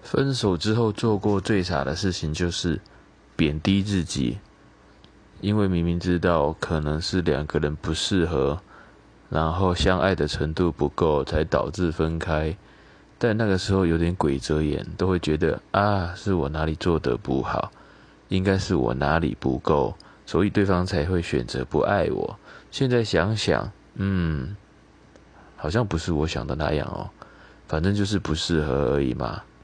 分手之后做过最傻的事情就是贬低自己，因为明明知道可能是两个人不适合，然后相爱的程度不够才导致分开，但那个时候有点鬼遮眼，都会觉得是我哪里做得不好，应该是我哪里不够，所以对方才会选择不爱我。现在想想，好像不是我想的那样哦，反正就是不适合而已嘛。